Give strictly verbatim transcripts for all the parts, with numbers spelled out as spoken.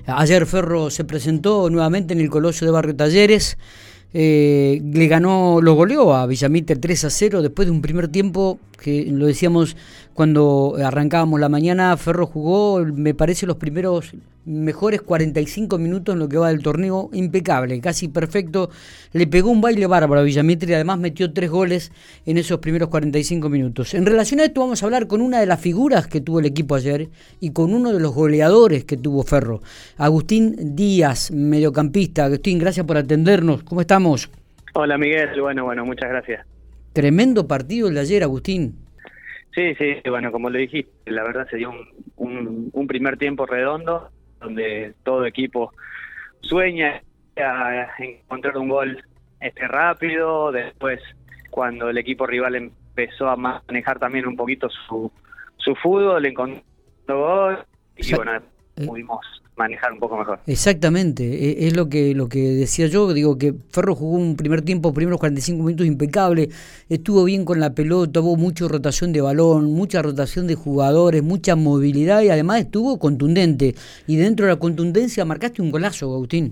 Ayer Ferro se presentó nuevamente en el Coloso de Barrio Talleres, eh, le ganó, lo goleó a Villamitre tres a cero después de un primer tiempo que lo decíamos cuando arrancábamos la mañana. Ferro jugó, me parece, los primeros mejores cuarenta y cinco minutos en lo que va del torneo, impecable, casi perfecto, le pegó un baile bárbaro a Villamitre y además metió tres goles en esos primeros cuarenta y cinco minutos. En relación a esto vamos a hablar con una de las figuras que tuvo el equipo ayer y con uno de los goleadores que tuvo Ferro, Agustín Díaz, mediocampista. Agustín, gracias por atendernos, ¿cómo estamos? Hola Miguel, bueno, bueno, muchas gracias. Tremendo partido el de ayer, Agustín. Sí, sí, bueno, como lo dijiste, la verdad se dio un, un, un primer tiempo redondo, donde todo equipo sueña a encontrar un gol este rápido. Después, cuando el equipo rival empezó a manejar también un poquito su, su fútbol, encontró gol y Sa- bueno, eh. pudimos manejar un poco mejor. Exactamente, es lo que lo que decía yo, digo que Ferro jugó un primer tiempo, primeros cuarenta y cinco minutos impecable, estuvo bien con la pelota, hubo mucha rotación de balón, mucha rotación de jugadores, mucha movilidad y además estuvo contundente. Y dentro de la contundencia marcaste un golazo, Agustín.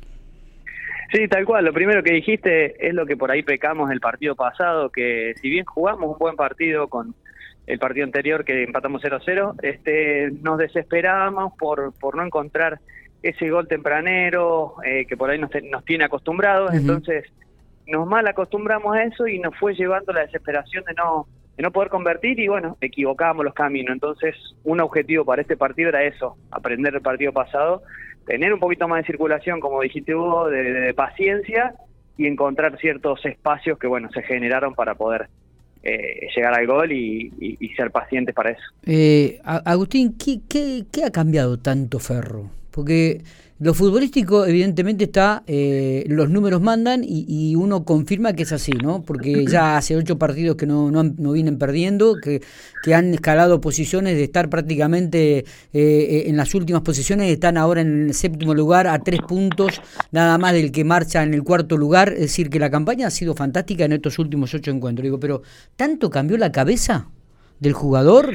Sí, tal cual, lo primero que dijiste es lo que por ahí pecamos el partido pasado, que si bien jugamos un buen partido con el partido anterior que empatamos cero a cero, este, nos desesperábamos por, por no encontrar ese gol tempranero eh, que por ahí nos, te, nos tiene acostumbrados. Uh-huh. Entonces nos mal acostumbramos a eso y nos fue llevando la desesperación de no, de no poder convertir y bueno, equivocábamos los caminos. Entonces un objetivo para este partido era eso, aprender el partido pasado, tener un poquito más de circulación, como dijiste vos, de, de, de paciencia y encontrar ciertos espacios que bueno se generaron para poder Eh, llegar al gol y, y, y ser pacientes para eso. Eh, Agustín, ¿qué, qué, ¿qué ha cambiado tanto Ferro? Porque lo futbolístico evidentemente está, eh, los números mandan y, y uno confirma que es así, ¿no? Porque ya hace ocho partidos que no, no, han, no vienen perdiendo, que, que han escalado posiciones de estar prácticamente eh, en las últimas posiciones, están ahora en el séptimo lugar a tres puntos, nada más del que marcha en el cuarto lugar. Es decir, que la campaña ha sido fantástica en estos últimos ocho encuentros. Digo, pero ¿tanto cambió la cabeza del jugador?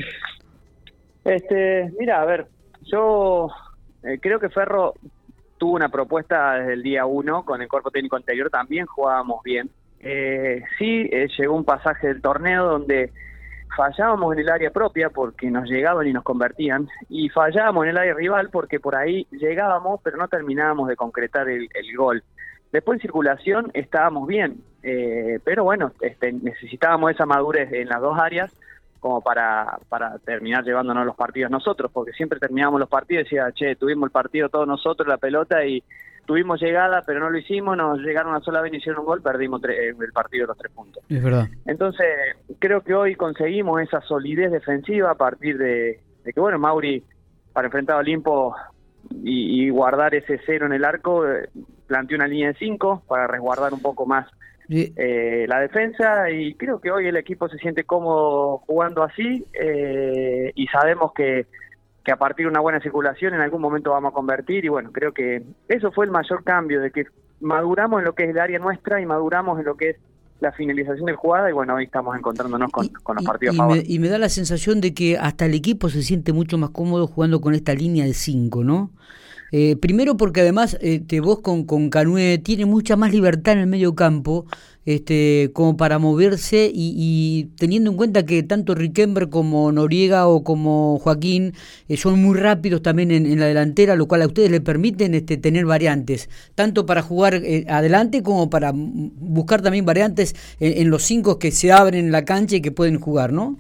Este, mira, a ver, yo eh, creo que Ferro tuvo una propuesta desde el día uno, con el cuerpo técnico anterior también jugábamos bien. Eh, sí, eh, llegó un pasaje del torneo donde fallábamos en el área propia porque nos llegaban y nos convertían, y fallábamos en el área rival porque por ahí llegábamos pero no terminábamos de concretar el, el gol. Después en circulación estábamos bien, eh, pero bueno, este, necesitábamos esa madurez en las dos áreas como para, para terminar llevándonos los partidos nosotros, porque siempre terminábamos los partidos y decía, che, tuvimos el partido todos nosotros, la pelota, y tuvimos llegada, pero no lo hicimos, nos llegaron una sola vez y hicieron un gol, perdimos tre- el partido de los tres puntos. Es verdad. Entonces, creo que hoy conseguimos esa solidez defensiva a partir de, de que, bueno, Mauri, para enfrentar a Olimpo y, y guardar ese cero en el arco, eh, planteó una línea de cinco para resguardar un poco más Eh, la defensa, y creo que hoy el equipo se siente cómodo jugando así, eh, y sabemos que, que a partir de una buena circulación en algún momento vamos a convertir, y bueno, creo que eso fue el mayor cambio, de que maduramos en lo que es el área nuestra y maduramos en lo que es la finalización de jugada, y bueno, hoy estamos encontrándonos con, y, con los y, partidos y a favor. Me, y me da la sensación de que hasta el equipo se siente mucho más cómodo jugando con esta línea de cinco, ¿no? Eh, primero porque además este, vos con, con Canué tiene mucha más libertad en el medio campo, este, como para moverse, y, y teniendo en cuenta que tanto Riquember como Noriega o como Joaquín eh, son muy rápidos también en, en la delantera, lo cual a ustedes les permiten este, tener variantes, tanto para jugar eh, adelante como para buscar también variantes en, en los cinco que se abren en la cancha y que pueden jugar, ¿no?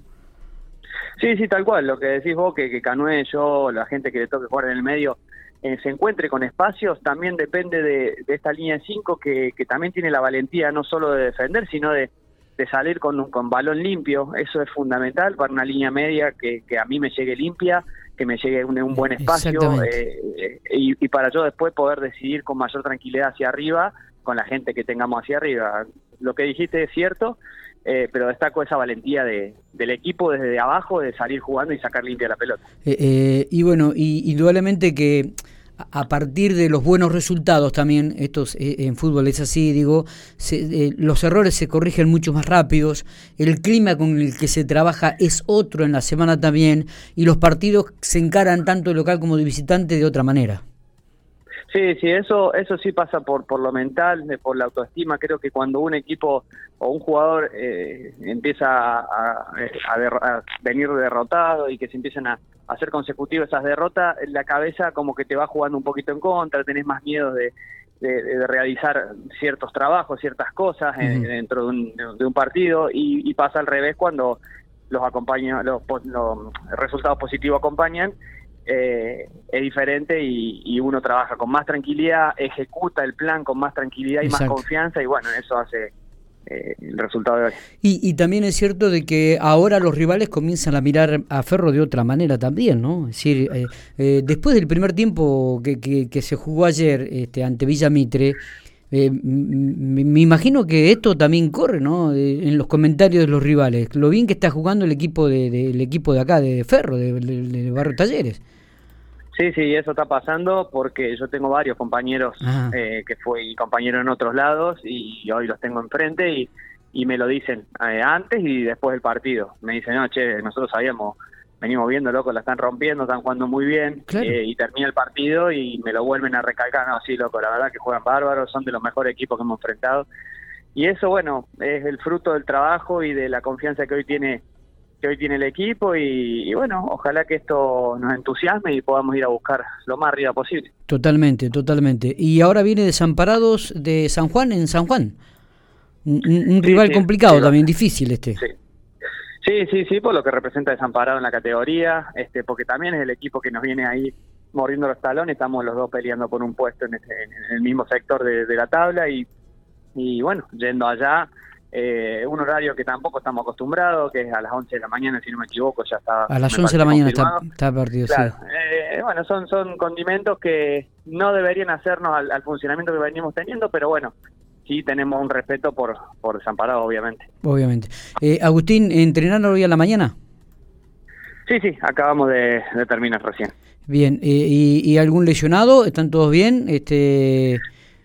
Sí, sí, tal cual, lo que decís vos, que, que Canué, yo, la gente que le toque jugar en el medio, Eh, se encuentre con espacios, también depende de, de esta línea de cinco que, que también tiene la valentía no solo de defender, sino de, de salir con, con balón limpio. Eso es fundamental para una línea media que, que a mí me llegue limpia, que me llegue un, un buen espacio, eh, eh, y, y para yo después poder decidir con mayor tranquilidad hacia arriba, con la gente que tengamos hacia arriba. Lo que dijiste es cierto, eh, pero destaco esa valentía de, del equipo desde abajo, de salir jugando y sacar limpia la pelota. Eh, eh, y bueno, y, indudablemente que a partir de los buenos resultados también, estos eh, en fútbol es así, digo, se, eh, los errores se corrigen mucho más rápidos, el clima con el que se trabaja es otro en la semana también, y los partidos se encaran tanto de local como de visitante de otra manera. Sí, sí, eso eso sí pasa por por lo mental, de- por la autoestima. Creo que cuando un equipo o un jugador eh, empieza a, a- a derro- a venir derrotado y que se empiezan a, a hacer consecutivas esas derrotas, la cabeza como que te va jugando un poquito en contra, tenés más miedo de, de, de realizar ciertos trabajos, ciertas cosas eh, Ujú. dentro de un, de un partido y, y pasa al revés cuando los acompaña, los, pos- los resultados positivos acompañan. Eh, es diferente y, y uno trabaja con más tranquilidad, ejecuta el plan con más tranquilidad y más Exacto. confianza y bueno, eso hace eh, el resultado de hoy. Y, y también es cierto de que ahora los rivales comienzan a mirar a Ferro de otra manera también, ¿no? Es decir, eh, eh, después del primer tiempo que, que, que se jugó ayer este, ante Villa Mitre, eh, m- me imagino que esto también corre, ¿no? Eh, en los comentarios de los rivales, lo bien que está jugando el equipo de, de- el equipo de acá, de Ferro, de, de, de Barrio Talleres. Sí, sí, eso está pasando porque yo tengo varios compañeros Ajá. eh, que fui compañero en otros lados y hoy los tengo enfrente y, y me lo dicen eh, antes y después del partido. Me dicen, no, che, nosotros sabíamos, venimos viendo, loco, la están rompiendo, están jugando muy bien Claro. eh, y termina el partido y me lo vuelven a recalcar, no, sí, loco, la verdad que juegan bárbaros, son de los mejores equipos que hemos enfrentado. Y eso, bueno, es el fruto del trabajo y de la confianza que hoy tiene que hoy tiene el equipo y, y bueno, ojalá que esto nos entusiasme y podamos ir a buscar lo más arriba posible. Totalmente, totalmente. Y ahora viene Desamparados de San Juan en San Juan. Un, un- un Sí, rival sí, complicado sí, va. también, difícil este. Sí. Sí, sí, sí, por lo que representa Desamparado en la categoría, este, porque también es el equipo que nos viene ahí mordiendo los talones, estamos los dos peleando por un puesto en, ese- en el mismo sector de, de la tabla y, y bueno, yendo allá, eh, un horario que tampoco estamos acostumbrados, que es a las once de la mañana, si no me equivoco, ya está, A las me once de la parece mañana está, confirmado. está partido, sí. Claro, eh, bueno, son son condimentos que no deberían hacernos al, al funcionamiento que venimos teniendo, pero bueno, sí tenemos un respeto por, por Desamparado, obviamente. Obviamente. Eh, Agustín, ¿entrenaron hoy a la mañana? Sí, sí, acabamos de, de terminar recién. Bien. Eh, y, ¿Y algún lesionado? ¿Están todos bien? Este,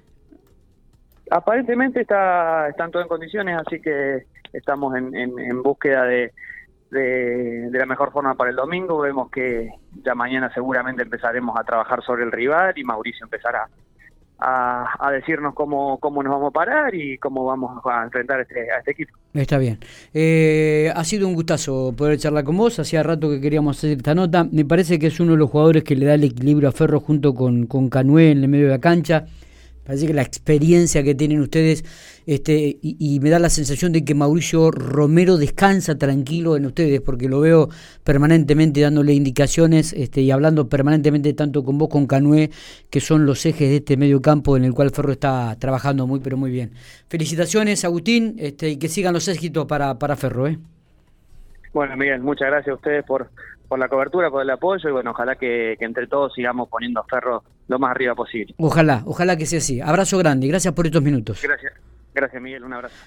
Aparentemente está, están todos en condiciones, así que estamos en, en, en búsqueda de, de, de la mejor forma para el domingo. Vemos que ya mañana seguramente empezaremos a trabajar sobre el rival y Mauricio empezará a, a decirnos cómo, cómo nos vamos a parar y cómo vamos a enfrentar a este, a este equipo. está bien. Eh, ha sido un gustazo poder charlar con vos. Hacía rato que queríamos hacer esta nota. Me parece que es uno de los jugadores que le da el equilibrio a Ferro junto con, con Canué en el medio de la cancha. Parece que la experiencia que tienen ustedes, este, y, y me da la sensación de que Mauricio Romero descansa tranquilo en ustedes, porque lo veo permanentemente dándole indicaciones este, y hablando permanentemente tanto con vos, con Canué, que son los ejes de este medio campo en el cual Ferro está trabajando muy, pero muy bien. Felicitaciones, Agustín, este, y que sigan los éxitos para, para Ferro, ¿eh? Bueno, Miguel, muchas gracias a ustedes por, por la cobertura, por el apoyo y bueno, ojalá que, que entre todos sigamos poniendo a Ferro lo más arriba posible. Ojalá, ojalá que sea así. Abrazo grande y gracias por estos minutos. Gracias, gracias Miguel, un abrazo.